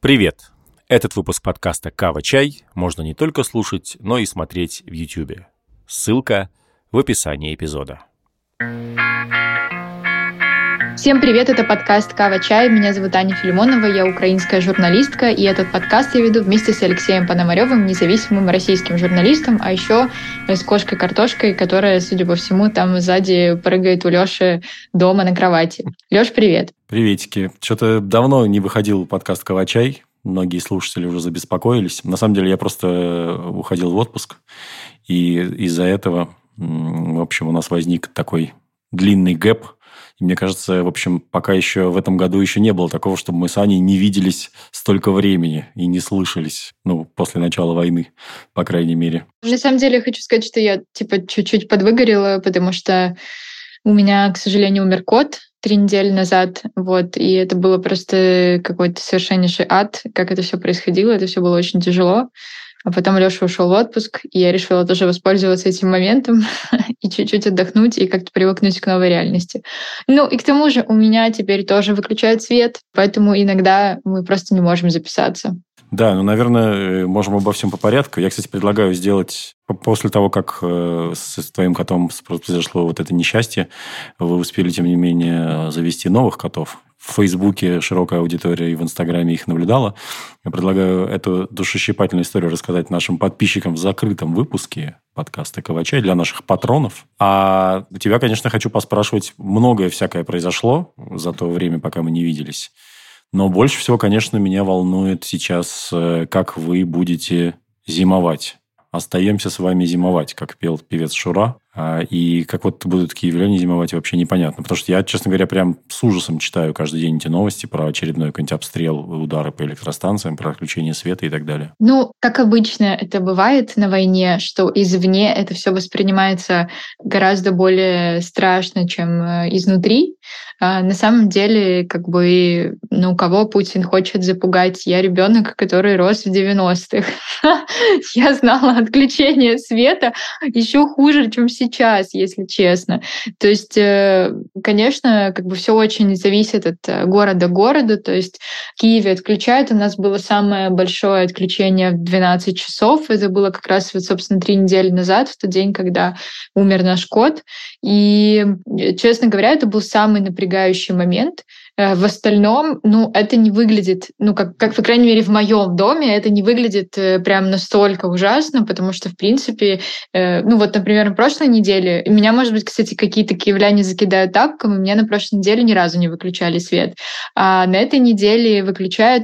Привет! Этот выпуск подкаста «Кава-чай» можно не только слушать, но и смотреть в YouTube. Ссылка в описании эпизода. Всем привет, это подкаст «Кава-чай». Меня зовут Аня Филимонова, я украинская журналистка, и этот подкаст я веду вместе с Алексеем Пономаревым, независимым российским журналистом, а еще с кошкой-картошкой, которая, судя по всему, там сзади прыгает у Лёши дома на кровати. Лёш, привет. Приветики. Что-то давно не выходил подкаст «Кава-чай». Многие слушатели уже забеспокоились. На самом деле, я просто уходил в отпуск, и из-за этого, в общем, у нас возник такой длинный гэп. И мне кажется, в общем, пока еще в этом году еще не было такого, чтобы мы с Аней не виделись столько времени и не слышались, после начала войны, по крайней мере. На самом деле, я хочу сказать, что я, чуть-чуть подвыгорела, потому что у меня, к сожалению, умер кот 3 недели назад, и это было просто какой-то совершеннейший ад, как это все происходило, это все было очень тяжело. А потом Лёша ушел в отпуск, и я решила тоже воспользоваться этим моментом и чуть-чуть отдохнуть, и как-то привыкнуть к новой реальности. И к тому же у меня теперь тоже выключают свет, поэтому иногда мы просто не можем записаться. Да, наверное, можем обо всем по порядку. Я, кстати, предлагаю сделать после того, как с твоим котом произошло вот это несчастье, вы успели, тем не менее, завести новых котов. В Фейсбуке широкая аудитория и в Инстаграме их наблюдала. Я предлагаю эту душещипательную историю рассказать нашим подписчикам в закрытом выпуске подкаста «Кава-чай» для наших патронов. А у тебя, конечно, хочу поспрашивать, многое всякое произошло за то время, пока мы не виделись. Но больше всего, конечно, меня волнует сейчас, как вы будете зимовать. Остаемся с вами зимовать, как пел певец Шура. И как будут киевляне зимовать, вообще непонятно. Потому что я, честно говоря, прям с ужасом читаю каждый день эти новости про очередной какой-нибудь обстрел, удары по электростанциям, про отключение света и так далее. Как обычно это бывает на войне, что извне это все воспринимается гораздо более страшно, чем изнутри. На самом деле, кого Путин хочет запугать? Я ребенок, который рос в 90-х. Я знала отключение света еще хуже, чем сейчас, если честно. То есть, конечно, все очень зависит от города к городу. То есть в Киеве отключают. У нас было самое большое отключение в 12 часов. Это было как раз, собственно, 3 недели назад, в тот день, когда умер наш кот. И, честно говоря, это был самый напрягающий момент. В остальном, это не выглядит, как, по крайней мере, в моем доме, это не выглядит прям настолько ужасно, потому что, в принципе, например, на прошлой неделе, меня, может быть, кстати, какие-то киевляне закидают тапком, и меня на прошлой неделе ни разу не выключали свет. А на этой неделе выключают,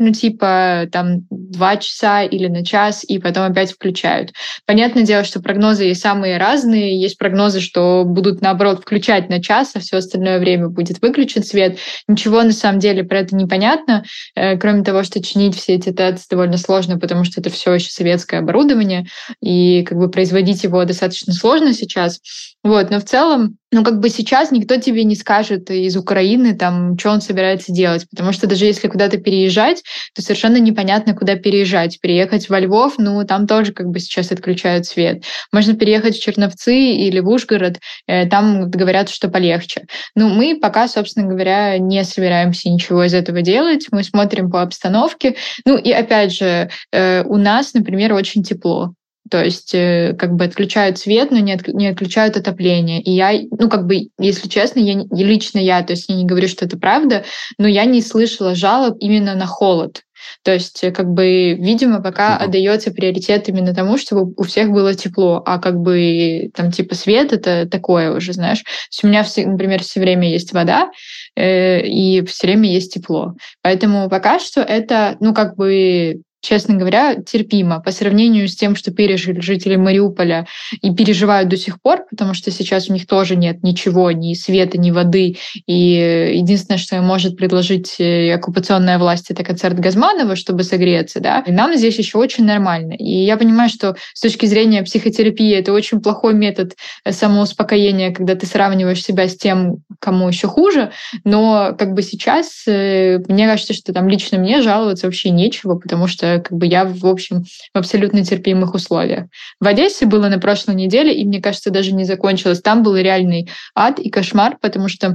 2 часа или на час, и потом опять включают. Понятное дело, что прогнозы есть самые разные. Есть прогнозы, что будут, наоборот, включать на час, а все остальное время будет выключен свет. Ничего на самом деле про это непонятно, кроме того, что чинить все эти ТЭЦ довольно сложно, потому что это все еще советское оборудование, и производить его достаточно сложно сейчас. Но в целом, сейчас никто тебе не скажет из Украины, что он собирается делать, потому что даже если куда-то переезжать, то совершенно непонятно, куда переезжать. Переехать во Львов, там тоже сейчас отключают свет. Можно переехать в Черновцы или в Ужгород, там говорят, что полегче. Мы пока, собственно говоря, не собираемся ничего из этого делать, мы смотрим по обстановке. И опять же, у нас, например, очень тепло. То есть отключают свет, но не отключают отопление. И я, если честно, я, то есть я не говорю, что это правда, но я не слышала жалоб именно на холод. То есть, видимо, пока отдается приоритет именно тому, чтобы у всех было тепло, а свет — это такое уже, знаешь. То есть у меня, например, все время есть вода, и все время есть тепло. Поэтому пока что это, честно говоря, терпимо по сравнению с тем, что пережили жители Мариуполя и переживают до сих пор, потому что сейчас у них тоже нет ничего, ни света, ни воды. И единственное, что им может предложить оккупационная власть, это концерт Газманова, чтобы согреться. Да? И нам здесь еще очень нормально. И я понимаю, что с точки зрения психотерапии это очень плохой метод самоуспокоения, когда ты сравниваешь себя с тем, кому еще хуже. Но сейчас мне кажется, что лично мне жаловаться вообще нечего, потому что я, в общем, в абсолютно терпимых условиях. В Одессе было на прошлой неделе, и, мне кажется, даже не закончилось. Там был реальный ад и кошмар, потому что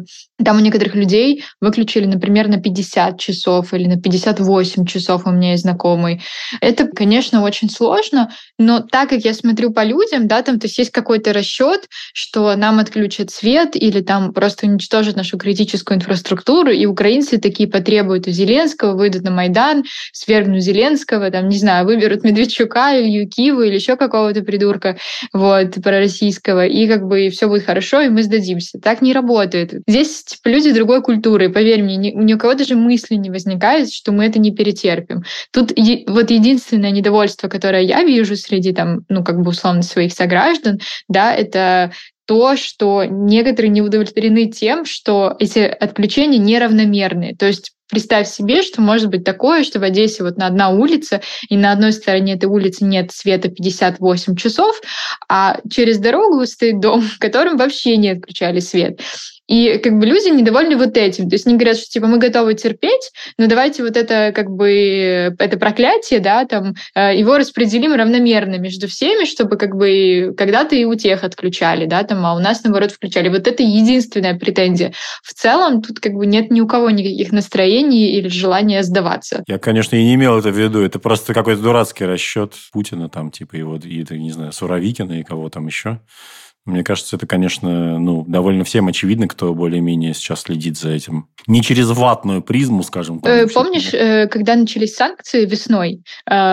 Там у некоторых людей выключили, например, на 50 часов или на 58 часов, у меня есть знакомый. Это, конечно, очень сложно, но так как я смотрю по людям, да, там, то есть какой-то расчет, что нам отключат свет или там просто уничтожат нашу критическую инфраструктуру, и украинцы такие потребуют у Зеленского, выйдут на Майдан, свергнут Зеленского, там, не знаю, выберут Медведчука, Илью Киву или еще какого-то придурка, вот, пророссийского, и как бы все будет хорошо, и мы сдадимся. Так не работает. Здесь типа, люди другой культуры. Поверь мне, ни у кого даже мысли не возникает, что мы это не перетерпим. Тут вот единственное недовольство, которое я вижу среди там, ну, как бы условно своих сограждан, да, это то, что некоторые не удовлетворены тем, что эти отключения неравномерные. То есть представь себе, что может быть такое, что в Одессе вот на одна улица, и на одной стороне этой улицы нет света 58 часов, а через дорогу стоит дом, в котором вообще не отключали свет. И как бы люди недовольны вот этим. То есть они говорят, что типа мы готовы терпеть, но давайте вот это как бы это проклятие, да, там его распределим равномерно между всеми, чтобы как бы когда-то и у тех отключали, да, там, а у нас наоборот включали. Вот это единственная претензия. В целом тут как бы нет ни у кого никаких настроений или желания сдаваться. Я, конечно, и не имел это в виду. Это просто какой-то дурацкий расчет Путина, там, типа, его, и, не знаю, Суровикина и кого там еще. Мне кажется, это, конечно, ну, довольно всем очевидно, кто более-менее сейчас следит за этим. Не через ватную призму, скажем так. Помнишь, когда начались санкции весной,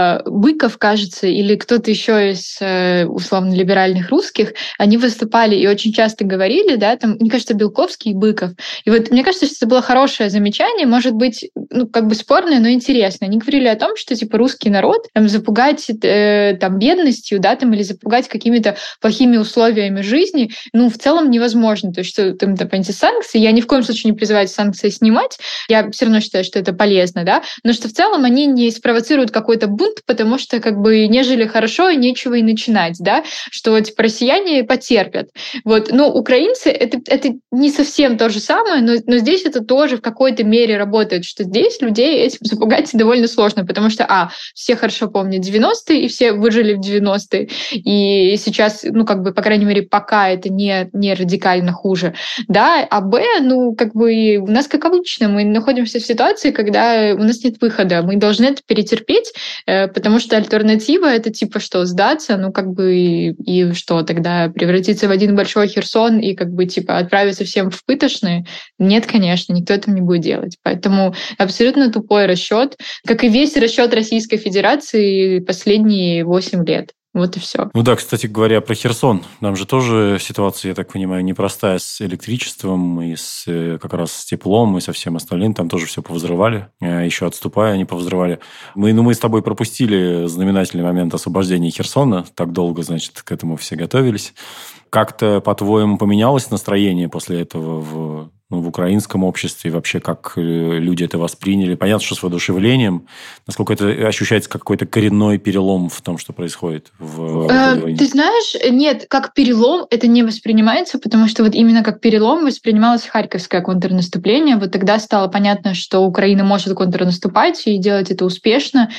Быков, кажется, или кто-то еще из условно-либеральных русских, они выступали и очень часто говорили, да, там, мне кажется, Белковский и Быков. И вот мне кажется, что это было хорошее замечание, может быть, ну, как бы спорное, но интересное. Они говорили о том, что, типа, русский народ там, запугать там, бедностью, да, там, или запугать какими-то плохими условиями жизни, ну, в целом невозможно. То есть, что там антисанкции, я ни в коем случае не призываю санкции снимать, я все равно считаю, что это полезно, да, но что в целом они не спровоцируют какой-то бунт, потому что как бы не жили хорошо и нечего и начинать, да, что типа россияне потерпят. Вот. Но украинцы это не совсем то же самое, но здесь это тоже в какой-то мере работает, что здесь людей этим запугать довольно сложно, потому что, все хорошо помнят 90-е, и все выжили в 90-е, и сейчас, ну, как бы, по крайней мере, пока это не радикально хуже, да, а Б, ну, как бы у нас, как обычно, мы находимся в ситуации, когда у нас нет выхода, мы должны это перетерпеть, потому что альтернатива — это типа что, сдаться, ну, как бы, и что, тогда превратиться в один большой Херсон и как бы, типа, отправиться всем в пытошные? Нет, конечно, никто этого не будет делать. Поэтому абсолютно тупой расчет, как и весь расчет Российской Федерации последние 8 лет. Вот и все. Ну да, кстати говоря, про Херсон. Там же тоже ситуация, я так понимаю, непростая с электричеством и с как раз с теплом и со всем остальным. Там тоже все повзрывали. Еще отступая, они повзрывали. Мы с тобой пропустили знаменательный момент освобождения Херсона. Так долго, значит, к этому все готовились. Как-то, по-твоему, поменялось настроение после этого в украинском обществе, и вообще как люди это восприняли? Понятно, что с воодушевлением. Насколько это ощущается как какой-то коренной перелом в том, что происходит в войне? Ты знаешь, нет, как перелом это не воспринимается, потому что вот именно как перелом воспринималось Харьковское контрнаступление. Вот тогда стало понятно, что Украина может контрнаступать и делать это успешно,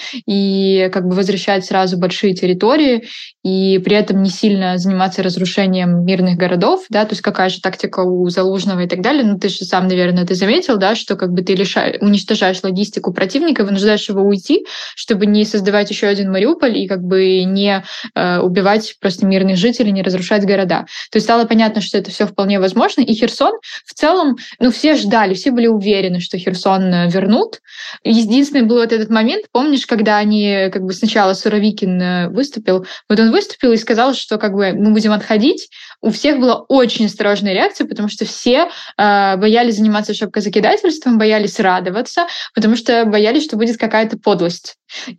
и как бы возвращать сразу большие территории, и при этом не сильно заниматься разрушением мирных городов, да, то есть какая же тактика у Залужного и так далее. Ну, ты же сам, наверное, ты заметил, да, что как бы ты уничтожаешь логистику противника, вынуждаешь его уйти, чтобы не создавать еще один Мариуполь и как бы не убивать просто мирных жителей, не разрушать города. То есть стало понятно, что это все вполне возможно. И Херсон в целом, ну, все ждали, все были уверены, что Херсон вернут. Единственный был вот этот момент, помнишь, когда они как бы сначала Суровикин выступил, вот он выступил и сказал, что как бы мы будем отходить. У всех была очень осторожная реакция, потому что все боялись заниматься шапкозакидательством, боялись радоваться, потому что боялись, что будет какая-то подлость.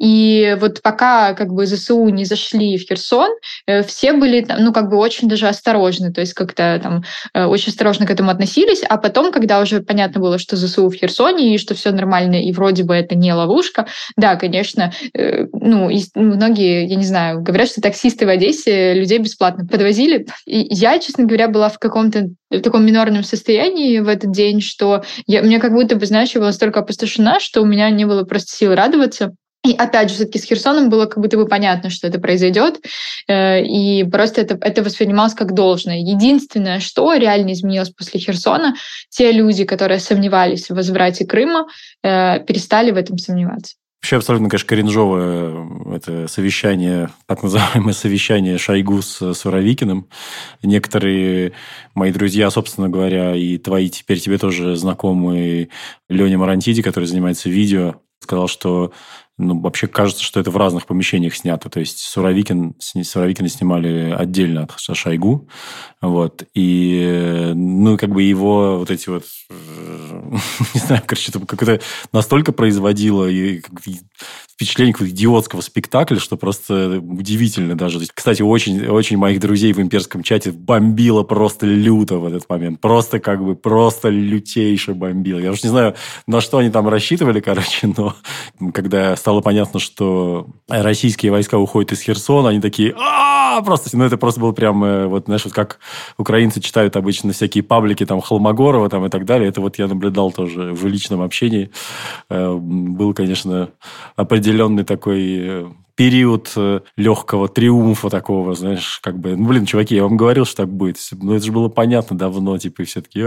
И вот пока как бы ЗСУ не зашли в Херсон, все были ну, как бы очень даже осторожны, то есть как-то там очень осторожно к этому относились, а потом, когда уже понятно было, что ЗСУ в Херсоне и что все нормально, и вроде бы это не ловушка, да, конечно, ну, и многие, я не знаю, говорят, что таксисты в Одессе людей бесплатно подвозили. И я, честно говоря, была в каком-то в таком минорном состоянии в этот день, что мне как будто бы, знаешь, я была настолько опустошена, что у меня не было просто сил радоваться. И опять же, все-таки с Херсоном было как будто бы понятно, что это произойдет, и просто это воспринималось как должное. Единственное, что реально изменилось после Херсона, те люди, которые сомневались в возврате Крыма, перестали в этом сомневаться. Вообще абсолютно, конечно, кринжовое это совещание, так называемое совещание Шойгу с Суровикиным. Некоторые мои друзья, собственно говоря, и твои теперь тебе тоже знакомый Леня Марантиди, который занимается видео, сказал, что вообще кажется, что это в разных помещениях снято. То есть Суровикина снимали отдельно от Шойгу. Вот. И, как бы его вот эти вот... Не знаю, короче, это как-то настолько производило впечатление какого-то идиотского спектакля, что просто удивительно даже. Кстати, очень, очень моих друзей в имперском чате бомбило просто люто в этот момент. Просто лютейше бомбило. Я уж не знаю, на что они там рассчитывали, короче, но когда стало понятно, что российские войска уходят из Херсона, они такие... Просто, это просто было прям, вот, знаешь, вот как украинцы читают обычно всякие паблики, там, Холмогорова, там, и так далее. Это вот я наблюдал тоже в личном общении. Был, конечно, определенный такой период легкого триумфа такого, знаешь, как бы, чуваки, я вам говорил, что так будет. Это же было понятно давно, типа, и все такие,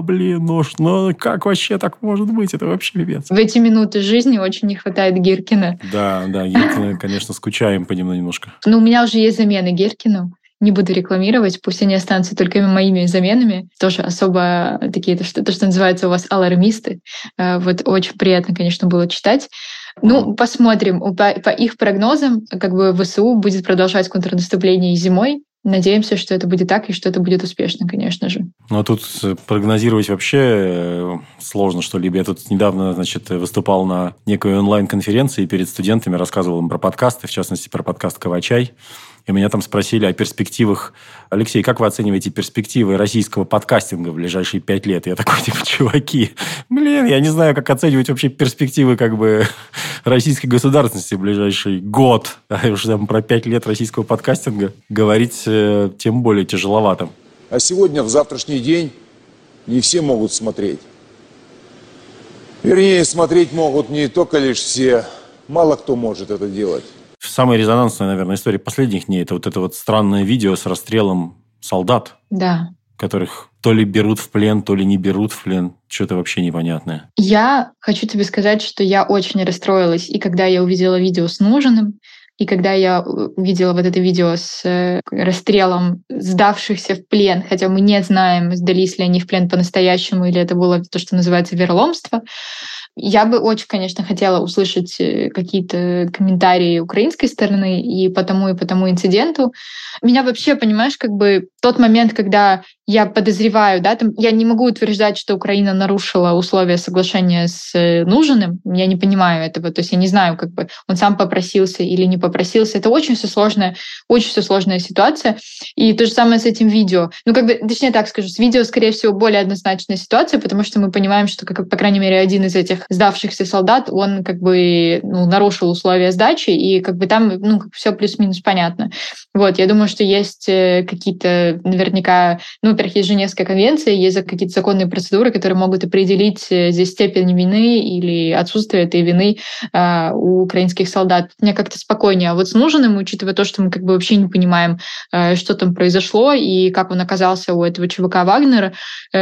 как вообще так может быть? Это вообще пипец. В эти минуты жизни очень не хватает Гиркина. Да, Гиркина, конечно, скучаем по нему немножко. Но у меня уже есть замены Гиркину. Не буду рекламировать, пусть они останутся только моими заменами. Тоже особо такие, то, что называется у вас алармисты. Вот очень приятно, конечно, было читать. Посмотрим. По их прогнозам, как бы ВСУ будет продолжать контрнаступление и зимой. Надеемся, что это будет так и что это будет успешно, конечно же. Ну, тут прогнозировать вообще сложно что-либо. Я тут недавно, выступал на некой онлайн-конференции и перед студентами рассказывал им про подкасты, в частности, про подкаст «Кавачай». И меня там спросили о перспективах. Алексей, как вы оцениваете перспективы российского подкастинга в ближайшие 5 лет? Я такой, чуваки, я не знаю, как оценивать вообще перспективы российской государственности в ближайший год. А уж там про 5 лет российского подкастинга говорить тем более тяжеловато. А сегодня, в завтрашний день, не все могут смотреть. Вернее, смотреть могут не только лишь все. Мало кто может это делать. Самая резонансная, наверное, история последних дней – это вот странное видео с расстрелом солдат, да, которых то ли берут в плен, то ли не берут в плен. Что-то вообще непонятное. Я хочу тебе сказать, что я очень расстроилась, и когда я увидела видео с Нужиным, и когда я увидела вот это видео с расстрелом сдавшихся в плен, хотя мы не знаем, сдались ли они в плен по-настоящему, или это было то, что называется вероломство, я бы очень, конечно, хотела услышать какие-то комментарии украинской стороны и по тому инциденту. Меня вообще, понимаешь, тот момент, когда я подозреваю, я не могу утверждать, что Украина нарушила условия соглашения с Нужиным. Я не понимаю этого. То есть я не знаю, он сам попросился или не попросился. Это очень все сложная ситуация. И то же самое с этим видео. Точнее так скажу, с видео, скорее всего, более однозначная ситуация, потому что мы понимаем, что, по крайней мере, один из этих сдавшихся солдат, он нарушил условия сдачи, и там все плюс-минус понятно. Вот, я думаю, что есть какие-то наверняка, во-первых, есть Женевская конвенция, есть какие-то законные процедуры, которые могут определить здесь степень вины или отсутствие этой вины у украинских солдат. Мне как-то спокойнее. А вот с Нужиным, учитывая то, что мы вообще не понимаем, что там произошло и как он оказался у этого ЧВК Вагнера,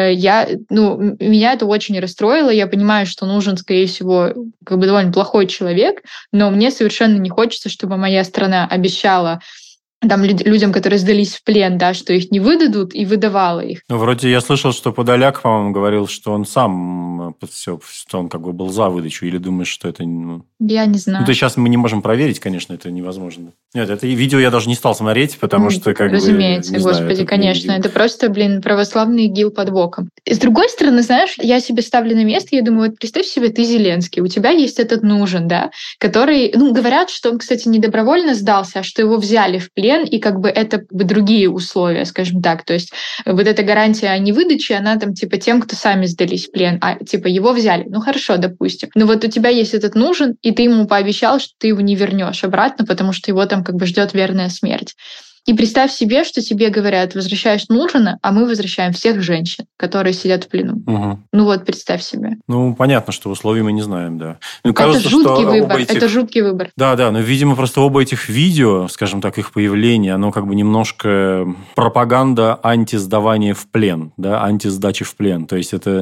меня это очень расстроило. Я понимаю, что Нужин, скорее всего, довольно плохой человек, но мне совершенно не хочется, чтобы моя страна обещала людям, которые сдались в плен, что их не выдадут, и выдавала их. Вроде я слышал, что Подоляк, по-моему, говорил, что он сам что он был за выдачу, или думаешь, что это... Я не знаю. То сейчас мы не можем проверить, конечно, это невозможно. Нет, это видео я даже не стал смотреть, потому что разумеется, господи, конечно. Это просто, православный ИГИЛ под боком. С другой стороны, знаешь, я себе ставлю на место, я думаю, представь себе, ты Зеленский, у тебя есть этот Нужин, который... говорят, что он, кстати, не добровольно сдался, а что его взяли в плен, и это другие условия, скажем так. То есть вот эта гарантия о невыдаче, она тем, кто сами сдались в плен, а его взяли. Хорошо, допустим. Но вот у тебя есть этот Нужин, и ты ему пообещал, что ты его не вернешь обратно, потому что его ждет верная смерть. И представь себе, что тебе говорят, возвращаешь Нужина, а мы возвращаем всех женщин, которые сидят в плену. Угу. Ну вот, представь себе. Ну, понятно, что условий мы не знаем, да. Ну, Это кажется, жуткий что выбор, оба этих... это жуткий выбор. Да, но, видимо, просто оба этих видео, скажем так, их появление, оно как бы немножко пропаганда антисдавания в плен, да, антисдачи в плен. То есть это,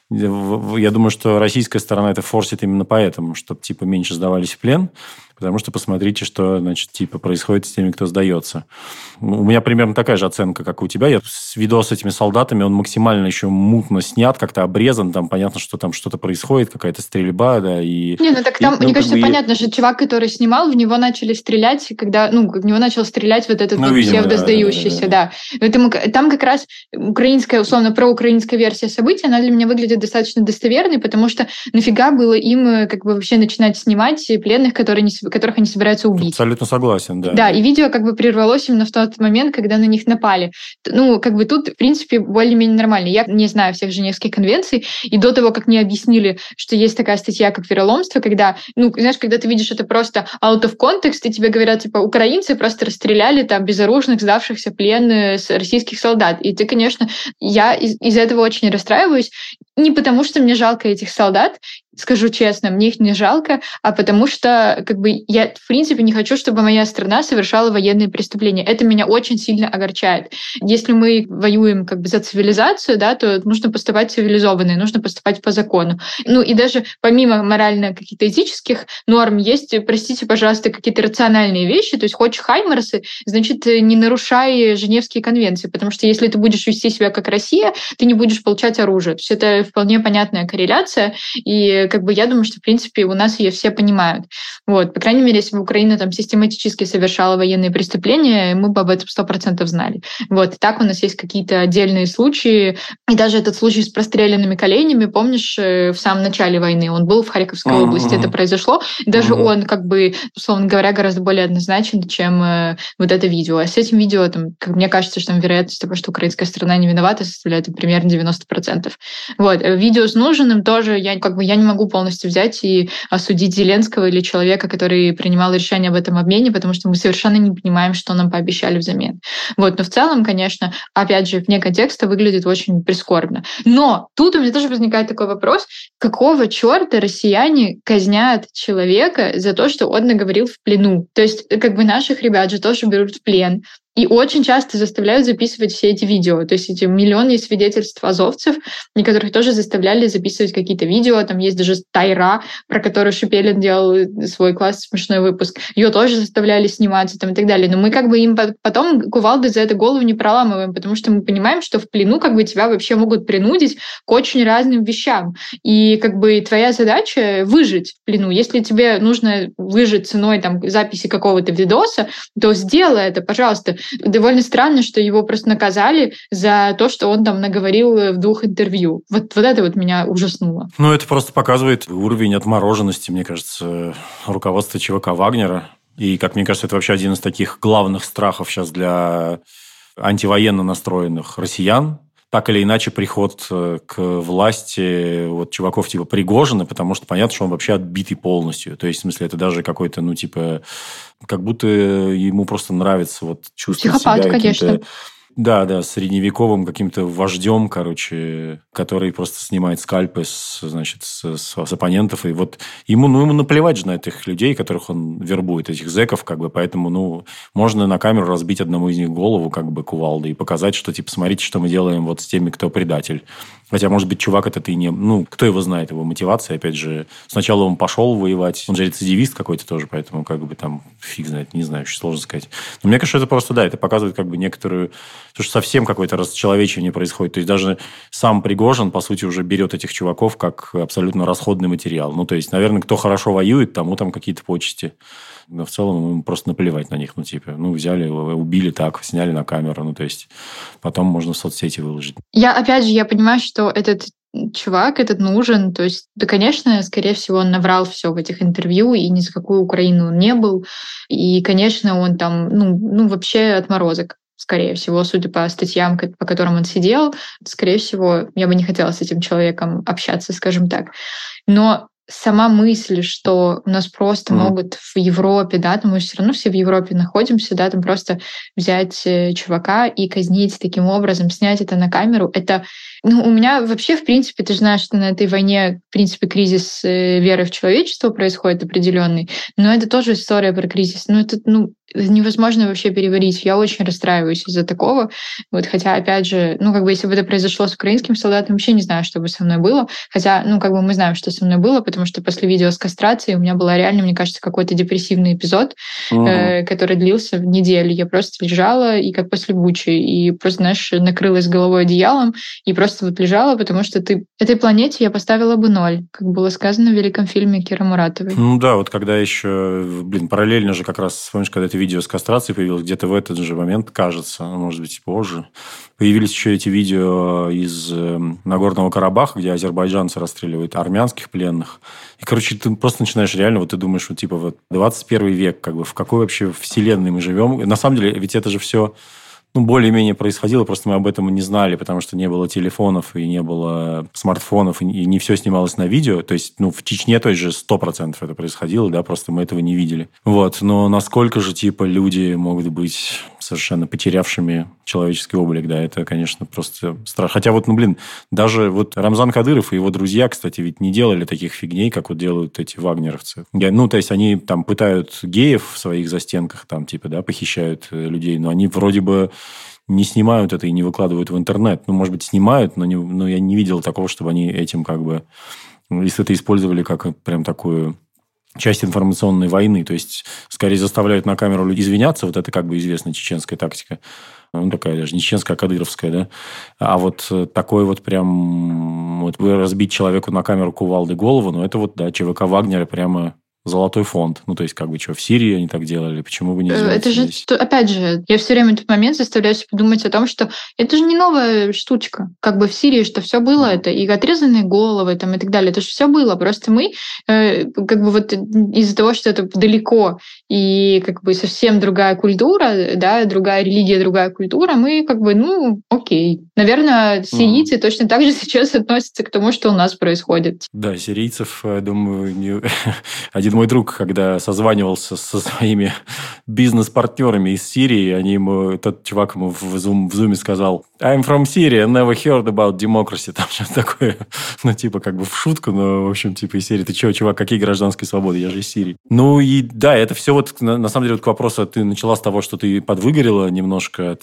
я думаю, что российская сторона это форсит именно поэтому, чтобы типа меньше сдавались в плен, потому что посмотрите, что, значит, типа происходит с теми, кто сдается. У меня примерно такая же оценка, как и у тебя. Видос с этими солдатами, он максимально еще мутно снят, как-то обрезан, там понятно, что там что-то происходит, какая-то стрельба, да, и... Не, ну так там, мне кажется, понятно, что чувак, который снимал, в него начали стрелять, когда, в него начал стрелять вот этот видимо, псевдосдающийся, да. Там как раз украинская, условно, проукраинская версия событий, она для меня выглядит достаточно достоверной, потому что нафига было им как бы вообще начинать снимать пленных, которых они собираются убить. Абсолютно согласен, да. Да, и видео как бы прервалось именно в тот момент, когда на них напали. Как бы тут, в принципе, более-менее нормально. Я не знаю всех Женевских конвенций, и до того, как мне объяснили, что есть такая статья, как вероломство, когда, знаешь, когда ты видишь это просто out of context, и тебе говорят, типа, украинцы просто расстреляли там безоружных, сдавшихся в плен российских солдат. И ты, конечно, я из этого очень расстраиваюсь, не потому что мне жалко этих солдат, скажу честно, мне их не жалко, а потому что как бы я, в принципе, не хочу, чтобы моя страна совершала военные преступления. Это меня очень сильно огорчает. Если мы воюем как бы за цивилизацию, да, то нужно поступать цивилизованно, нужно поступать по закону. И даже помимо морально каких-то этических норм есть, простите, пожалуйста, какие-то рациональные вещи. То есть хочешь хаймерсы, значит, не нарушай Женевские конвенции, потому что если ты будешь вести себя как Россия, ты не будешь получать оружие. То есть это вполне понятная корреляция, и как бы я думаю, что, в принципе, у нас ее все понимают. Вот. По крайней мере, если бы Украина там систематически совершала военные преступления, мы бы об этом 100% знали. Вот. И так у нас есть какие-то отдельные случаи. И даже этот случай с простреленными коленями, помнишь, в самом начале войны, он был в Харьковской области, это произошло. Даже он, как бы, условно говоря, гораздо более однозначен, чем вот это видео. А с этим видео, там, как мне кажется, что там вероятность того, что украинская сторона не виновата, составляет примерно 90%. Вот. Видео с Нужиным тоже я не могу полностью взять и осудить Зеленского или человека, который принимал решение об этом обмене, потому что мы совершенно не понимаем, что нам пообещали взамен. Вот. Но в целом, конечно, опять же, вне контекста выглядит очень прискорбно. Но тут у меня тоже возникает такой вопрос, какого черта россияне казнят человека за то, что он наговорил в плену? То есть как бы наших ребят же тоже берут в плен, и очень часто заставляют записывать все эти видео. То есть эти миллионы свидетельств азовцев, некоторых тоже заставляли записывать какие-то видео. Там есть даже Тайра, про которую Шипелин делал свой классный смешной выпуск. Ее тоже заставляли сниматься там, и так далее. Но мы как бы им потом кувалдой за это голову не проламываем, потому что мы понимаем, что в плену как бы тебя вообще могут принудить к очень разным вещам. И как бы твоя задача — выжить в плену. Если тебе нужно выжить ценой там, записи какого-то видоса, то сделай это, пожалуйста. Довольно странно, что его просто наказали за то, что он там наговорил в 2 интервью. Вот это вот меня ужаснуло. Это просто показывает уровень отмороженности, мне кажется, руководства ЧВК Вагнера. И, как мне кажется, это вообще один из таких главных страхов сейчас для антивоенно настроенных россиян. Так или иначе, приход к власти чуваков типа Пригожина, потому что понятно, что он вообще отбитый полностью. То есть, в смысле, это даже какой-то, как будто ему просто нравится чувствовать психопат, себя конечно. Да, средневековым каким-то вождем, который просто снимает скальпы с оппонентов. И ему наплевать же на этих людей, которых он вербует, этих зэков, поэтому, можно на камеру разбить одному из них голову, кувалдой, и показать, что, смотрите, что мы делаем с теми, кто предатель. Хотя, может быть, чувак этот и не... кто его знает, его мотивация, опять же. Сначала он пошел воевать, он же рецидивист какой-то тоже, поэтому, фиг знает, не знаю, очень сложно сказать. Но мне кажется, это просто, это показывает, некоторую... Потому что совсем какое-то расчеловечивание происходит. То есть, даже сам Пригожин, по сути, уже берет этих чуваков как абсолютно расходный материал. То есть, наверное, кто хорошо воюет, тому там какие-то почести. Но в целом ему просто наплевать на них. Взяли, убили так, сняли на камеру. То есть, потом можно в соцсети выложить. Я понимаю, что этот чувак этот нужен. То есть, да, конечно, скорее всего, он наврал все в этих интервью, и ни за какую Украину он не был. И, конечно, он там, вообще отморозок. Скорее всего, судя по статьям, по которым он сидел, скорее всего, я бы не хотела с этим человеком общаться, скажем так. Но сама мысль, что у нас просто могут в Европе, да, там мы все равно все в Европе находимся, да, там просто взять чувака и казнить таким образом, снять это на камеру, это, ну, у меня вообще, в принципе, ты же знаешь, что на этой войне, в принципе, кризис веры в человечество происходит определенный, но это тоже история про кризис, ну, это, ну, невозможно вообще переварить. Я очень расстраиваюсь из-за такого. Вот, хотя, опять же, ну, как бы, если бы это произошло с украинским солдатом, вообще не знаю, что бы со мной было. Хотя, ну, как бы мы знаем, что со мной было, потому что после видео с кастрацией у меня был реально, мне кажется, какой-то депрессивный эпизод, который длился в неделю. Я просто лежала, и как после Бучи, и просто, знаешь, накрылась головой одеялом, и просто вот лежала, потому что этой планете я поставила бы 0, как было сказано в великом фильме Киры Муратовой. Ну да, вот когда еще, параллельно же как раз, помнишь, когда это видео с кастрацией появилось, где-то в этот же момент, кажется, может быть, позже, появились еще эти видео из Нагорного Карабаха, где азербайджанцы расстреливают армянских пленных. И, короче, ты просто начинаешь реально, вот ты думаешь, вот типа вот 21 век, как бы в какой вообще вселенной мы живем. И на самом деле, ведь это же все более-менее происходило, просто мы об этом и не знали, потому что не было телефонов и не было смартфонов, и не все снималось на видео. То есть, в Чечне той же 100% это происходило, да, просто мы этого не видели. Вот, но насколько же, типа, люди могут быть совершенно потерявшими человеческий облик, да, это, конечно, просто страшно. Хотя вот, даже вот Рамзан Кадыров и его друзья, кстати, ведь не делали таких фигней, как вот делают эти вагнеровцы. То есть, они там пытают геев в своих застенках, там, типа, да, похищают людей, но они вроде бы не снимают это и не выкладывают в интернет. Может быть, снимают, но я не видел такого, чтобы они этим как бы... Если это использовали как прям такую часть информационной войны. То есть, скорее заставляют на камеру людей извиняться. Вот это как бы известная чеченская тактика. Такая даже не чеченская, а кадыровская, да. А вот такой вот прям... Вот разбить человеку на камеру кувалдой голову, это вот, да, ЧВК Вагнера прямо... Золотой фонд. То есть, как бы, что, в Сирии они так делали? Почему бы не сделать это же, здесь? опять же, я все время этот момент заставляю себя думать о том, что это же не новая штучка. Как бы в Сирии, что все было, это и отрезанные головы там, и так далее. Это же все было. Просто мы как бы вот из-за того, что это далеко и как бы совсем другая культура, да, другая религия, другая культура, мы как бы, окей. Наверное, сирийцы точно так же сейчас относятся к тому, что у нас происходит. Да, сирийцев, думаю, один мой друг, когда созванивался со своими бизнес-партнерами из Сирии, тот чувак ему в зуме сказал: I'm from Syria, never heard about democracy. Там что-то такое, типа как бы в шутку, но, в общем, типа из Сирии. Ты что, чувак, какие гражданские свободы? Я же из Сирии. И да, это все вот, на самом деле, к вопросу, ты начала с того, что ты подвыгорела немножко.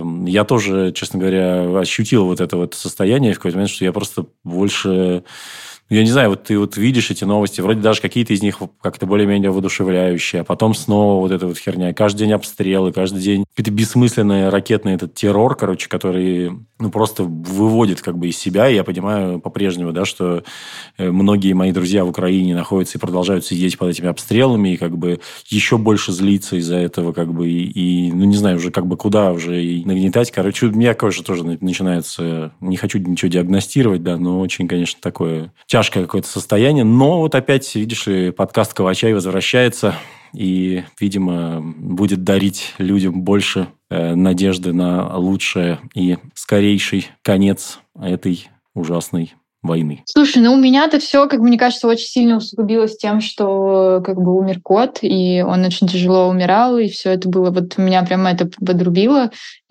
Я тоже, честно говоря, ощутил вот это вот состояние в какой-то момент, что я просто больше... Я не знаю, вот ты вот видишь эти новости, вроде даже какие-то из них как-то более-менее воодушевляющие, а потом снова вот эта вот херня. Каждый день обстрелы, каждый день какой-то бессмысленный ракетный этот террор, который просто выводит как бы из себя. И я понимаю по-прежнему, да, что многие мои друзья в Украине находятся и продолжают сидеть под этими обстрелами, и как бы еще больше злиться из-за этого, как бы, не знаю, уже как бы куда уже и нагнетать. Короче, у меня, конечно, тоже начинается... Не хочу ничего диагностировать, да, но очень, конечно, такое... тяжкое какое-то состояние. Но вот опять, видишь, и подкаст Калачай возвращается и, видимо, будет дарить людям больше надежды на лучшее и скорейший конец этой ужасной войны. Слушай, у меня это все, как мне кажется, очень сильно усугубилось тем, что как бы умер кот, и он очень тяжело умирал, и все это было, вот меня прямо это подрубило.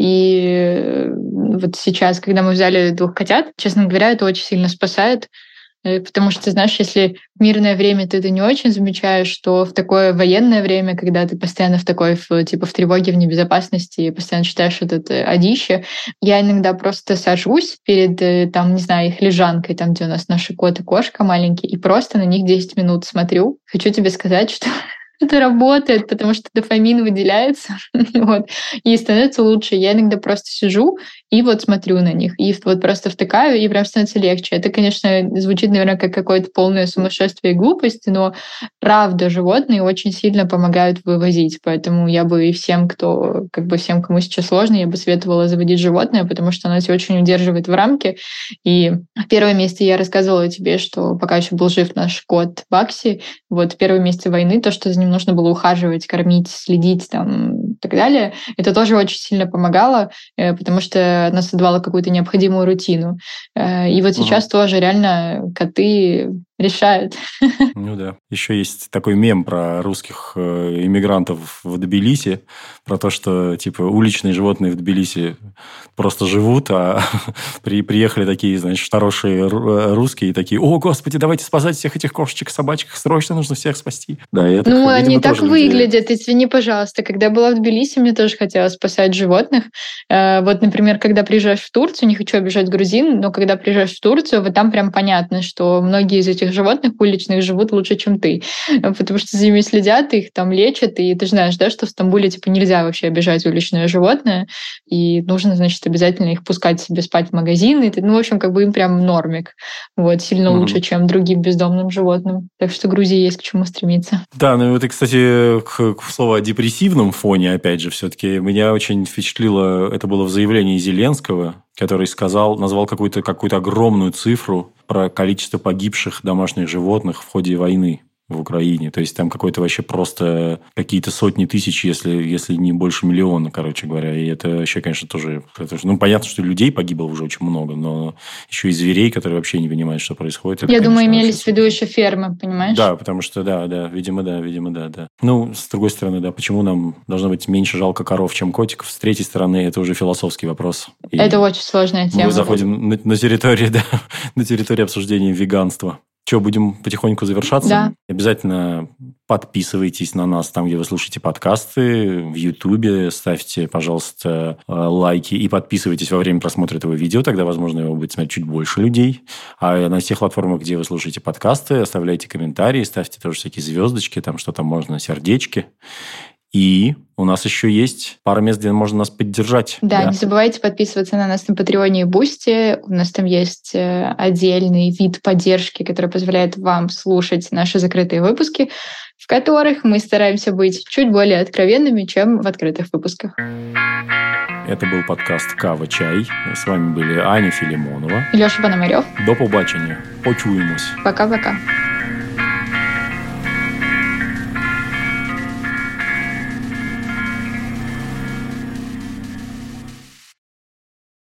И вот сейчас, когда мы взяли 2 котят, честно говоря, это очень сильно спасает. Потому что, знаешь, если в мирное время ты это не очень замечаешь, то в такое военное время, когда ты постоянно в тревоге, в небезопасности, и постоянно читаешь этот одище, я иногда просто сажусь перед, там, не знаю, их лежанкой, там, где у нас наши кот и кошка маленькие, и просто на них 10 минут смотрю. Хочу тебе сказать, что это работает, потому что дофамин выделяется, и становится лучше. Я иногда просто сижу и вот смотрю на них, и вот просто втыкаю, и прям становится легче. Это, конечно, звучит, наверное, как какое-то полное сумасшествие и глупость, но правда, животные очень сильно помогают вывозить, поэтому я бы всем, кому сейчас сложно, я бы советовала заводить животное, потому что оно тебя очень удерживает в рамке. И в первом месяце я рассказывала тебе, что пока еще был жив наш кот Бакси, вот в первые месяцы войны то, что за ним нужно было ухаживать, кормить, следить там, и так далее, это тоже очень сильно помогало, потому что она создавала какую-то необходимую рутину. И вот сейчас тоже реально коты решают. Ну да. Еще есть такой мем про русских иммигрантов в Тбилиси, про то, что типа уличные животные в Тбилиси просто живут, а приехали такие, значит, хорошие русские и такие: о, господи, давайте спасать всех этих кошечек, собачек, срочно нужно всех спасти. Да, это, ну, видимо, они так тоже выглядят, извини, пожалуйста. Когда была в Тбилиси, мне тоже хотелось спасать животных. Вот, например, когда приезжаешь в Турцию, не хочу обижать грузин, но когда приезжаешь в Турцию, вот там прям понятно, что многие из этих животных уличных живут лучше, чем ты. Потому что за ними следят, их там лечат, и ты же знаешь, да, что в Стамбуле типа нельзя вообще обижать уличное животное, и нужно, значит, обязательно их пускать себе спать в магазин. Ну, в общем, как бы им прям нормик. Вот, сильно лучше, чем другим бездомным животным. Так что Грузии есть к чему стремиться. Да, ну это, кстати, к слову о депрессивном фоне, опять же, все-таки меня очень впечатлило, это было в заявлении Зеленского, который назвал какую-то огромную цифру про количество погибших домашних животных в ходе войны в Украине. То есть там какой-то вообще просто какие-то сотни тысяч, если не больше миллиона, короче говоря. И это вообще, конечно, тоже... Ну, понятно, что людей погибло уже очень много, но еще и зверей, которые вообще не понимают, что происходит. Я думаю, имелись в виду еще фермы, понимаешь? Да, потому что, видимо, да. Ну, с другой стороны, да, почему нам должно быть меньше жалко коров, чем котиков? С третьей стороны, это уже философский вопрос. И это очень сложная тема. Мы заходим на территорию обсуждения веганства. Что, будем потихоньку завершаться? Да. Обязательно подписывайтесь на нас там, где вы слушаете подкасты, в Ютубе. Ставьте, пожалуйста, лайки и подписывайтесь во время просмотра этого видео. Тогда, возможно, его будет смотреть чуть больше людей. А на всех платформах, где вы слушаете подкасты, оставляйте комментарии, ставьте тоже всякие звездочки, там что там можно, сердечки. И у нас еще есть пара мест, где можно нас поддержать. Да, не забывайте подписываться на нас на Патреоне и Бусти. У нас там есть отдельный вид поддержки, который позволяет вам слушать наши закрытые выпуски, в которых мы стараемся быть чуть более откровенными, чем в открытых выпусках. Это был подкаст «Кава-чай». С вами были Аня Филимонова и Леша Пономарев. До побачення. Почуємось. Пока-пока.